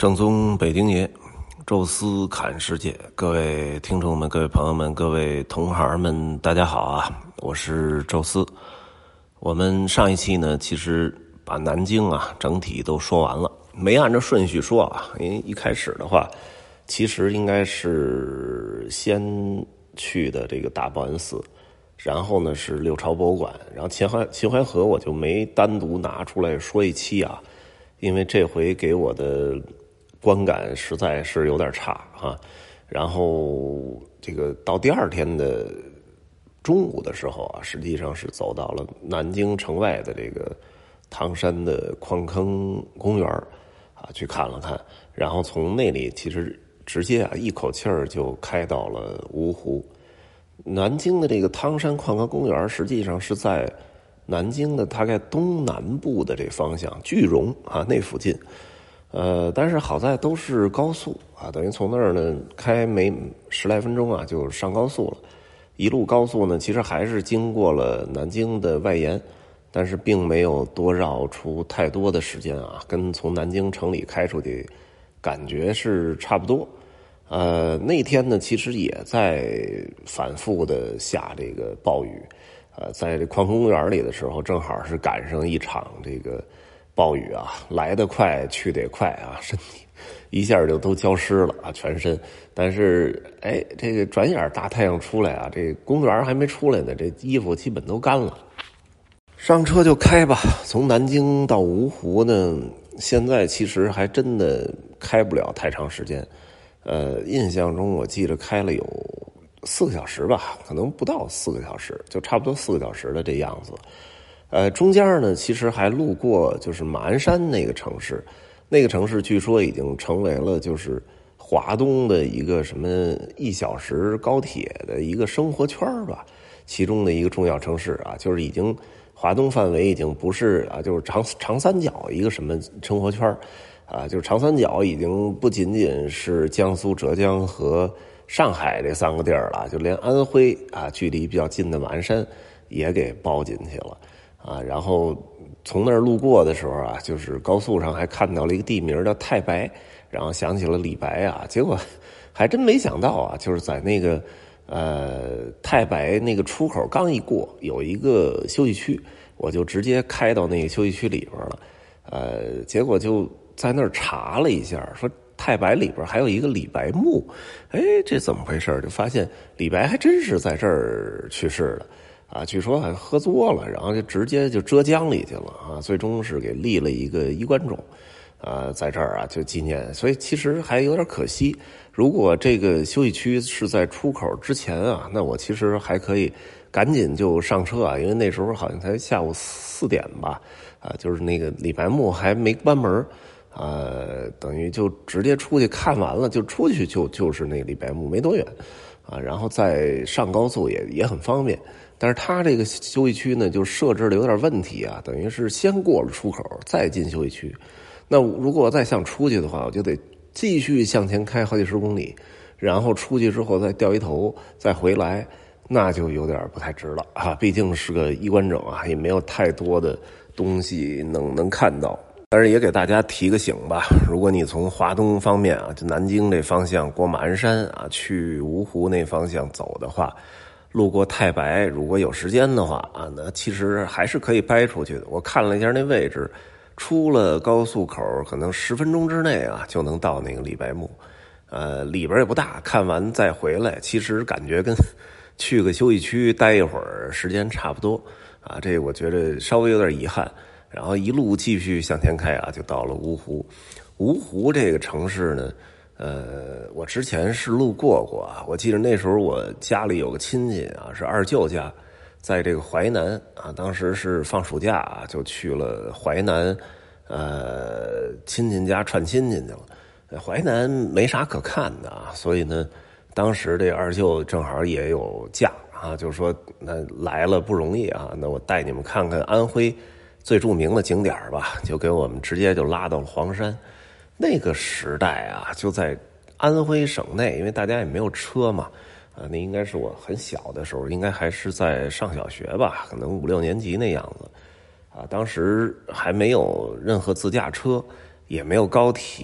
正宗北京爷，宙斯侃世界，各位听众们、各位朋友们、各位同行们，大家好啊！我是宙斯。我们上一期呢，其实把南京啊整体都说完了，没按照顺序说啊，因为一开始的话，其实应该是先去的这个大报恩寺，然后呢是六朝博物馆，然后秦淮河我就没单独拿出来说一期啊，因为这回给我的观感实在是有点差啊。然后这个到第二天的中午的时候啊，实际上是走到了南京城外的这个唐山的矿坑公园啊，去看了看，然后从那里其实直接啊一口气儿就开到了芜湖。南京的这个汤山矿坑公园实际上是在南京的大概东南部的这方向，句容啊那附近。但是好在都是高速啊，等于从那儿呢开没10来分钟啊就上高速了。一路高速呢，其实还是经过了南京的外延，但是并没有多绕出太多的时间啊，跟从南京城里开出去感觉是差不多。那天呢，其实也在反复的下这个暴雨，在这矿坑公园里的时候，正好是赶上一场这个暴雨啊，来得快去得也快啊，身体一下就都浇湿了啊，全身。但是这个转眼大太阳出来啊，这公园还没出来呢，这衣服基本都干了。上车就开吧，从南京到芜湖呢，现在其实还真的开不了太长时间。印象中我记得开了有4个小时吧，可能不到4个小时，就差不多4个小时的这样子。中间呢，其实还路过就是马鞍山那个城市，那个城市据说已经成为了就是华东的一个什么1小时高铁的一个生活圈吧，其中的一个重要城市啊，就是已经华东范围已经不是啊，就是长三角一个什么生活圈啊，就是长三角已经不仅仅是江苏、浙江和上海这3个地儿了，就连安徽啊，距离比较近的马鞍山也给包进去了。啊，然后从那儿路过的时候啊，就是高速上还看到了一个地名叫太白，然后想起了李白啊，结果还真没想到啊，就是在那个太白那个出口刚一过，有一个休息区，我就直接开到那个休息区里边了。结果就在那儿查了一下，说太白里边还有一个李白墓，这怎么回事？就发现李白还真是在这儿去世的。啊，据说还喝多了，然后就直接就浙江里去了啊，最终是给立了一个衣冠冢，在这儿啊就纪念，所以其实还有点可惜。如果这个休息区是在出口之前啊，那我其实还可以赶紧就上车啊，因为那时候好像才下午4点吧，就是那个李白墓还没关门，等于就直接出去看完了，就出去就是那个李白墓没多远，啊，然后再上高速也很方便。但是他这个休息区呢，就设置的有点问题啊，等于是先过了出口再进休息区。那如果我再想出去的话，我就得继续向前开好几十公里，然后出去之后再掉一头再回来，那就有点不太值了啊。毕竟是个衣冠冢啊，也没有太多的东西能看到。但是也给大家提个醒吧，如果你从华东方面啊，就南京这方向过马鞍山啊，去芜湖那方向走的话，路过太白，如果有时间的话啊，那其实还是可以掰出去的。我看了一下那位置，出了高速口可能10分钟之内啊就能到那个李白墓。里边也不大，看完再回来，其实感觉跟去个休息区待一会儿时间差不多啊。这我觉得稍微有点遗憾。然后一路继续向前开啊，就到了芜湖。芜湖这个城市呢，我之前是路过啊。我记得那时候我家里有个亲戚啊，是二舅家，在这个淮南啊，当时是放暑假啊，就去了淮南，亲戚家串亲戚去了。淮南没啥可看的啊，所以呢，当时这二舅正好也有假啊，就说那来了不容易啊，那我带你们看看安徽最著名的景点吧，就给我们直接就拉到了黄山。那个时代啊，就在安徽省内，因为大家也没有车嘛，那应该是我很小的时候，应该还是在上小学吧，可能5、6年级那样子啊。当时还没有任何自驾车，也没有高铁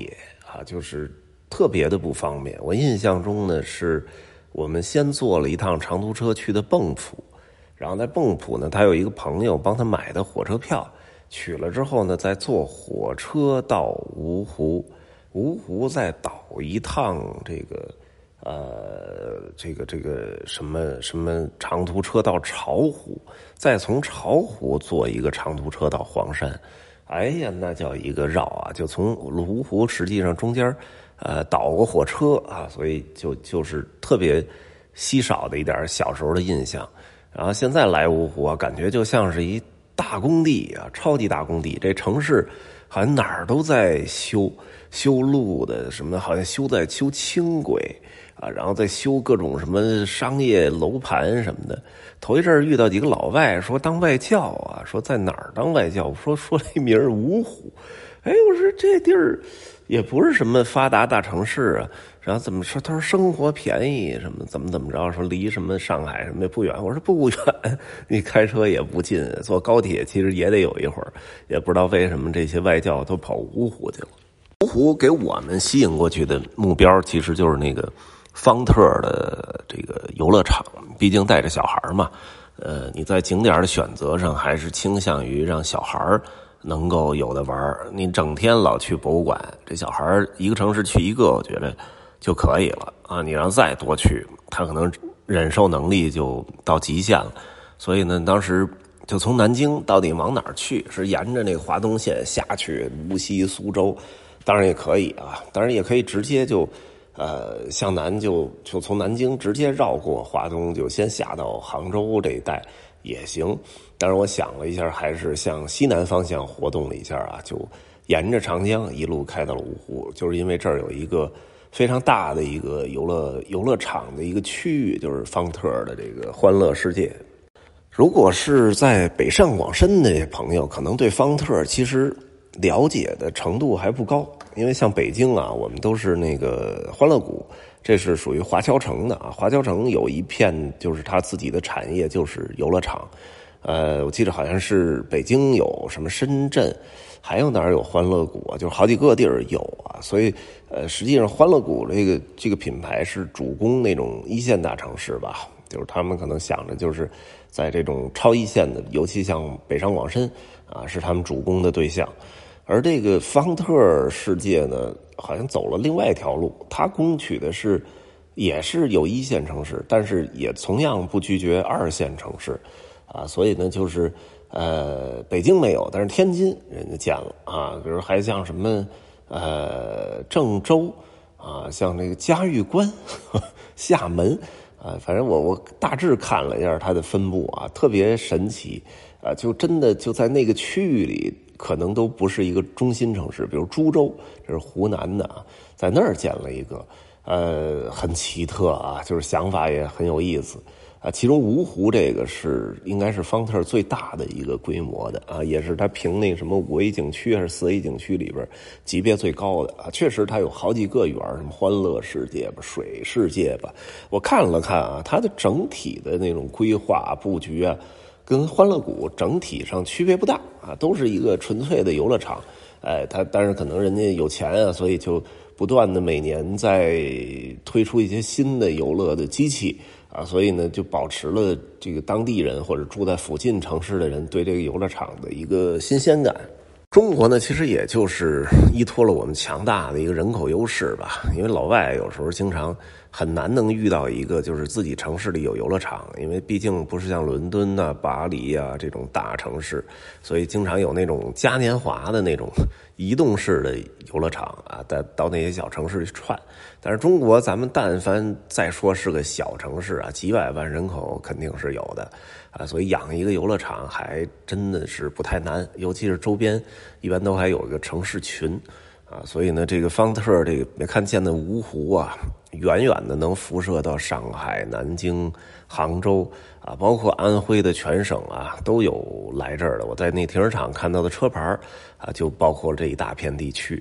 啊，就是特别的不方便。我印象中呢，是我们先坐了一趟长途车去的蚌埠，然后在蚌埠呢，他有一个朋友帮他买的火车票，取了之后呢，再坐火车到芜湖，芜湖再倒一趟这个什么长途车到巢湖，再从巢湖坐一个长途车到黄山。哎呀，那叫一个绕啊！就从芜湖实际上中间倒过火车啊，所以就是特别稀少的一点小时候的印象。然后现在来芜湖啊，感觉就像是一大工地啊，超级大工地。这城市好像哪儿都在修路的，什么好像修轻轨啊，然后再修各种什么商业楼盘什么的。头一阵遇到几个老外说当外教啊，说在哪儿当外教，说这名儿芜湖。哎，我说这地儿也不是什么发达大城市啊，然后怎么说？他说生活便宜，什么怎么着？说离什么上海什么也不远。我说不远，你开车也不近，坐高铁其实也得有一会儿。也不知道为什么这些外教都跑芜湖去了。芜湖给我们吸引过去的目标，其实就是那个方特的这个游乐场，毕竟带着小孩嘛。你在景点的选择上，还是倾向于让小孩能够有的玩。你整天老去博物馆，这小孩一个城市去一个，我觉得就可以了啊。你让再多去，他可能忍受能力就到极限了。所以呢，当时就从南京到底往哪儿去？是沿着那个华东线下去无锡、苏州，当然也可以啊，当然也可以直接就向南就从南京直接绕过华东，就先下到杭州这一带也行。当然我想了一下，还是向西南方向活动了一下啊，就沿着长江一路开到了芜湖，就是因为这儿有一个非常大的一个游乐场的一个区域，就是方特的这个欢乐世界。如果是在北上广深的朋友，可能对方特其实了解的程度还不高，因为像北京啊，我们都是那个欢乐谷，这是属于华侨城的啊。华侨城有一片就是它自己的产业，就是游乐场。我记得好像是北京有什么深圳，还有哪儿有欢乐谷啊？就是好几个地儿有啊。所以实际上欢乐谷这个品牌是主攻那种一线大城市吧，就是他们可能想着就是在这种超一线的，尤其像北上广深啊，是他们主攻的对象。而这个方特世界呢，好像走了另外一条路，它攻取的也是有一线城市，但是也同样不拒绝二线城市啊。所以呢，就是北京没有，但是天津人家建了啊，比如还像什么郑州啊，像那个嘉峪关、厦门啊，反正我大致看了一下它的分布啊，特别神奇啊，就真的就在那个区域里。可能都不是一个中心城市，比如株洲，这是湖南的啊，在那儿建了一个，很奇特啊，就是想法也很有意思啊。其中芜湖这个应该是方特最大的一个规模的啊，也是它评那个什么5A 景区还是4A 景区里边级别最高的啊。确实它有好几个园，什么欢乐世界吧、水世界吧，我看了看啊，它的整体的那种规划布局啊。跟欢乐谷整体上区别不大啊，都是一个纯粹的游乐场。但是可能人家有钱啊，所以就不断的每年在推出一些新的游乐的机器啊，所以呢就保持了这个当地人或者住在附近城市的人对这个游乐场的一个新鲜感。中国呢，其实也就是依托了我们强大的一个人口优势吧，因为老外有时候经常很难能遇到一个就是自己城市里有游乐场，因为毕竟不是像伦敦啊、巴黎啊这种大城市，所以经常有那种嘉年华的那种移动式的游乐场啊，到那些小城市去串。但是中国咱们但凡再说是个小城市啊，几百万人口肯定是有的啊，所以养一个游乐场还真的是不太难，尤其是周边一般都还有一个城市群啊，所以呢，这个方特这个没看见的芜湖啊，远远的能辐射到上海、南京、杭州啊，包括安徽的全省啊，都有来这儿的。我在那停车场看到的车牌啊，就包括这一大片地区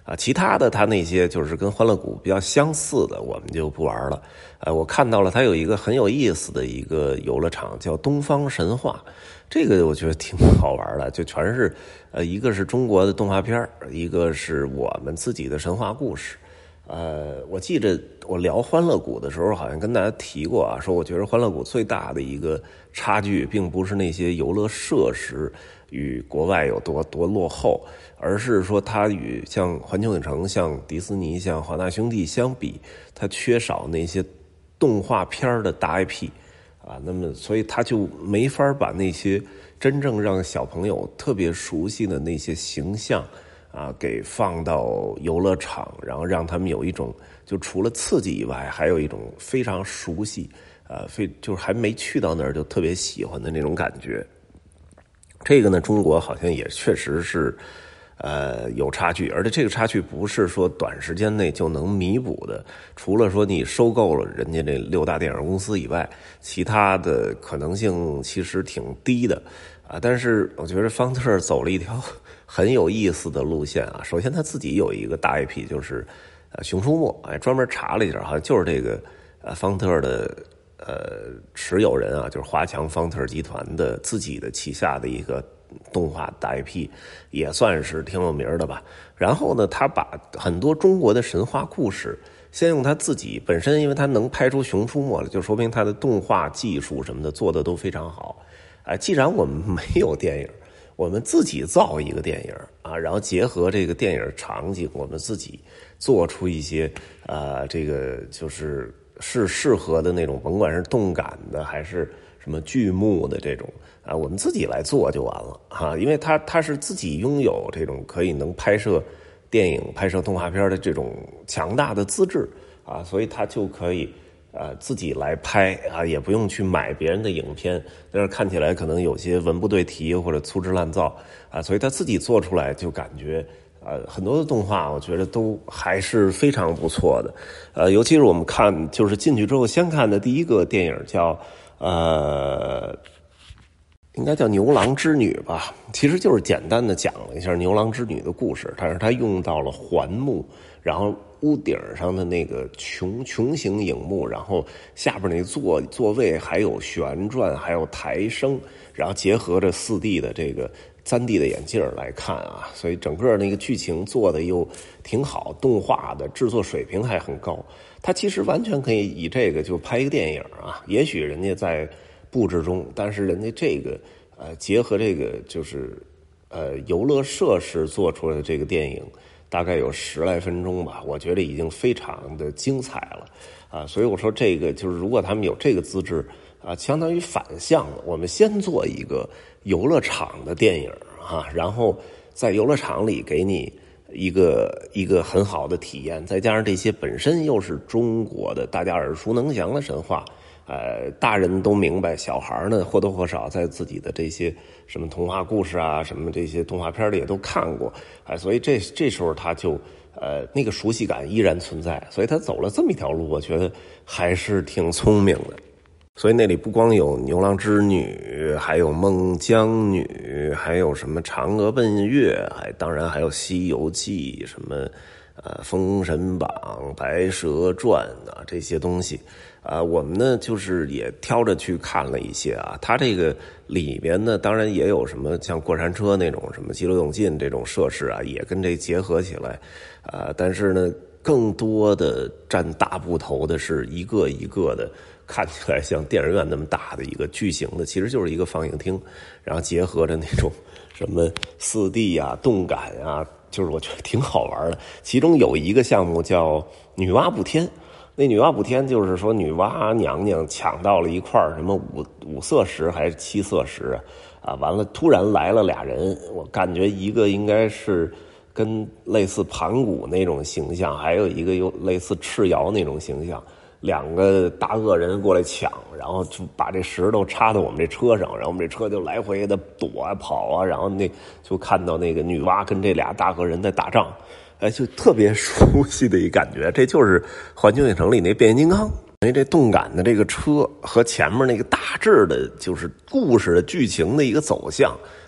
其他的它那些就是跟欢乐谷比较相似的，我们就不玩了。我看到了它有一个很有意思的一个游乐场，叫东方神话，这个我觉得挺好玩的，就全是一个是中国的动画片，一个是我们自己的神话故事。我记着我聊欢乐谷的时候，好像跟大家提过啊，说我觉得欢乐谷最大的一个差距，并不是那些游乐设施与国外有多落后，而是说它与像环球影城、像迪士尼、像华纳兄弟相比，它缺少那些动画片的大 IP 啊，那么所以它就没法把那些真正让小朋友特别熟悉的那些形象给放到游乐场，然后让他们有一种就除了刺激以外，还有一种非常熟悉，就是还没去到那儿就特别喜欢的那种感觉。这个呢，中国好像也确实是，有差距，而且这个差距不是说短时间内就能弥补的。除了说你收购了人家这6大电影公司以外，其他的可能性其实挺低的但是我觉得方特走了一条很有意思的路线啊。首先他自己有一个大 IP， 就是熊出没，专门查了一下，好像就是这个方特的持有人啊，就是华强方特集团的自己的旗下的一个动画大 IP， 也算是挺有名的吧。然后呢，他把很多中国的神话故事，先用他自己本身，因为他能拍出熊出没了，就说明他的动画技术什么的做的都非常好。既然我们没有电影，我们自己造一个电影然后结合这个电影场景，我们自己做出一些这个就是适合的那种，甭管是动感的还是什么剧目的这种我们自己来做就完了因为他是自己拥有这种能拍摄电影、拍摄动画片的这种强大的资质所以他就可以自己来拍也不用去买别人的影片，但是看起来可能有些文不对题或者粗制滥造所以他自己做出来就感觉很多的动画我觉得都还是非常不错的尤其是我们看就是进去之后先看的第一个电影叫应该叫牛郎织女吧，其实就是简单的讲了一下牛郎织女的故事，但是他用到了环幕，然后屋顶上的那个穹形影幕，然后下边那座位还有旋转，还有抬升，然后结合着4D 的这个3D 的眼镜来看所以整个那个剧情做的又挺好，动画的制作水平还很高。他其实完全可以以这个就拍一个电影也许人家在布置中，但是人家这个结合这个就是游乐设施做出来的这个电影，大概有10来分钟吧，我觉得已经非常的精彩了所以我说这个就是如果他们有这个资质相当于反向的，我们先做一个游乐场的电影然后在游乐场里给你一个很好的体验，再加上这些本身又是中国的大家耳熟能详的神话大人都明白，小孩呢或多或少在自己的这些什么童话故事什么这些动画片里也都看过所以这时候他就那个熟悉感依然存在，所以他走了这么一条路，我觉得还是挺聪明的。所以那里不光有牛郎织女，还有孟姜女，还有什么嫦娥奔月，当然还有西游记，什么封神榜、白蛇传这些东西我们呢就是也挑着去看了一些它这个里边呢当然也有什么像过山车那种什么激流勇进这种设施也跟这结合起来但是呢更多的占大部头的是一个一个的看起来像电影院那么大的一个巨型的，其实就是一个放映厅，然后结合着那种什么4D动感就是我觉得挺好玩的。其中有一个项目叫女娲补天，那女娲补天就是说女娲娘娘抢到了一块什么五色石还是7色石完了突然来了俩人，我感觉一个应该是跟类似盘古那种形象，还有一个又类似赤瑶那种形象，两个大恶人过来抢，然后就把这石头插到我们这车上，然后我们这车就来回的躲跑然后就看到那个女娲跟这俩大恶人在打仗，就特别熟悉的一感觉，这就是环球影城里那变形金刚。因为这动感的这个车和前面那个大致的就是故事的剧情的一个走向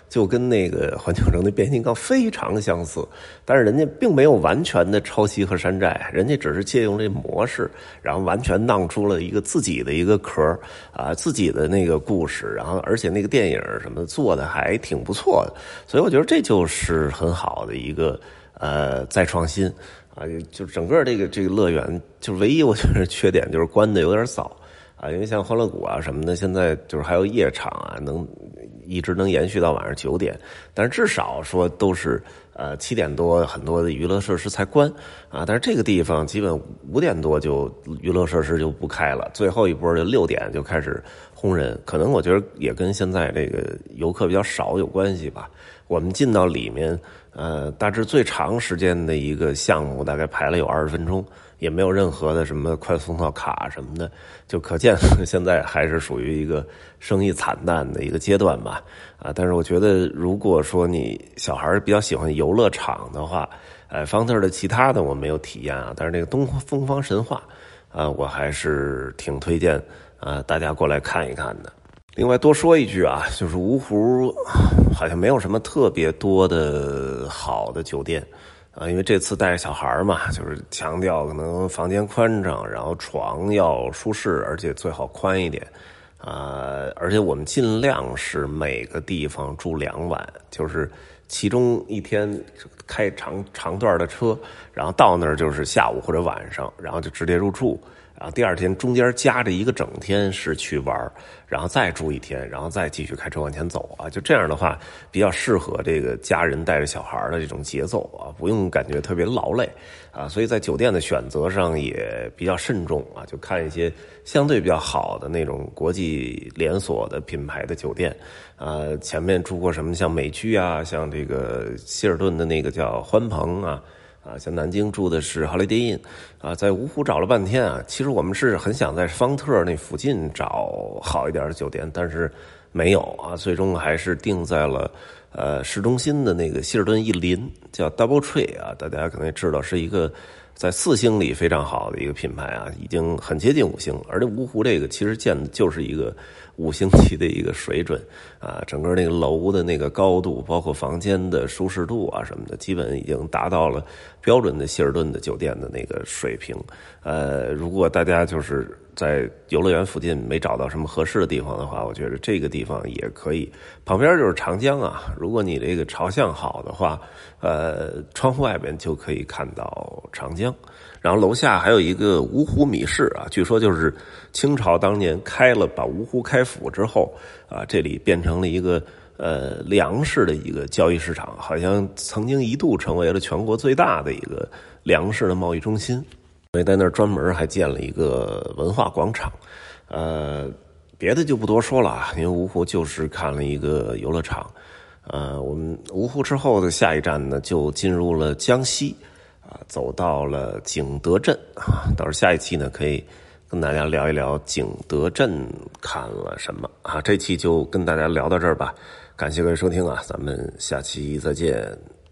就跟那个环球城的变形金刚非常相似，但是人家并没有完全的抄袭和山寨，人家只是借用这模式，然后完全弄出了一个自己的一个壳啊，自己的那个故事，然后而且那个电影什么做的还挺不错的，所以我觉得这就是很好的一个再创新啊，就整个这个乐园，就唯一我觉得缺点就是关的有点早。啊，因为像欢乐谷啊什么的，现在就是还有夜场啊，一直能延续到晚上9点，但是至少说都是7点多很多的娱乐设施才关啊，但是这个地方基本5点多就娱乐设施就不开了，最后一波就6点就开始轰人，可能我觉得也跟现在这个游客比较少有关系吧。我们进到里面，大致最长时间的一个项目大概排了有20分钟。也没有任何的什么快速通道卡什么的，就可见现在还是属于一个生意惨淡的一个阶段吧。啊，但是我觉得如果说你小孩比较喜欢游乐场的话，方特的其他的我没有体验啊，但是这个东方神话啊，我还是挺推荐大家过来看一看的。另外多说一句啊，就是芜湖好像没有什么特别多的好的酒店。因为这次带着小孩嘛，就是强调可能房间宽敞，然后床要舒适，而且最好宽一点，而且我们尽量是每个地方住2晚，就是其中一天开长段的车，然后到那儿就是下午或者晚上，然后就直接入住。然后第2天中间夹着一个整天是去玩，然后再住1天，然后再继续开车往前走啊，就这样的话比较适合这个家人带着小孩的这种节奏啊，不用感觉特别劳累啊，所以在酒店的选择上也比较慎重啊，就看一些相对比较好的那种国际连锁的品牌的酒店，前面住过什么像美居啊，像这个希尔顿的那个叫欢朋啊。像南京住的是 Holiday Inn 啊，在芜湖找了半天啊，其实我们是很想在方特那附近找好一点的酒店，但是没有啊，最终还是定在了市中心的那个希尔顿逸林，叫 Double Tree 啊，大家可能也知道是一个在4星里非常好的一个品牌啊，已经很接近5星，而且芜湖这个其实建的就是一个5星级的一个水准啊，整个那个楼的那个高度，包括房间的舒适度啊什么的，基本已经达到了标准的希尔顿的酒店的那个水平。如果大家就是在游乐园附近没找到什么合适的地方的话，我觉得这个地方也可以。旁边就是长江啊，如果你这个朝向好的话，窗户外边就可以看到长江。然后楼下还有一个芜湖米市啊，据说就是清朝当年把芜湖开府之后啊，这里变成了一个粮食的一个交易市场，好像曾经一度成为了全国最大的一个粮食的贸易中心。所以在那儿专门还建了一个文化广场，别的就不多说了啊，因为芜湖就是看了一个游乐场，我们芜湖之后的下一站呢就进入了江西，走到了景德镇啊，到时候下一期呢可以跟大家聊一聊景德镇看了什么啊，这期就跟大家聊到这儿吧，感谢各位收听啊，咱们下期再见。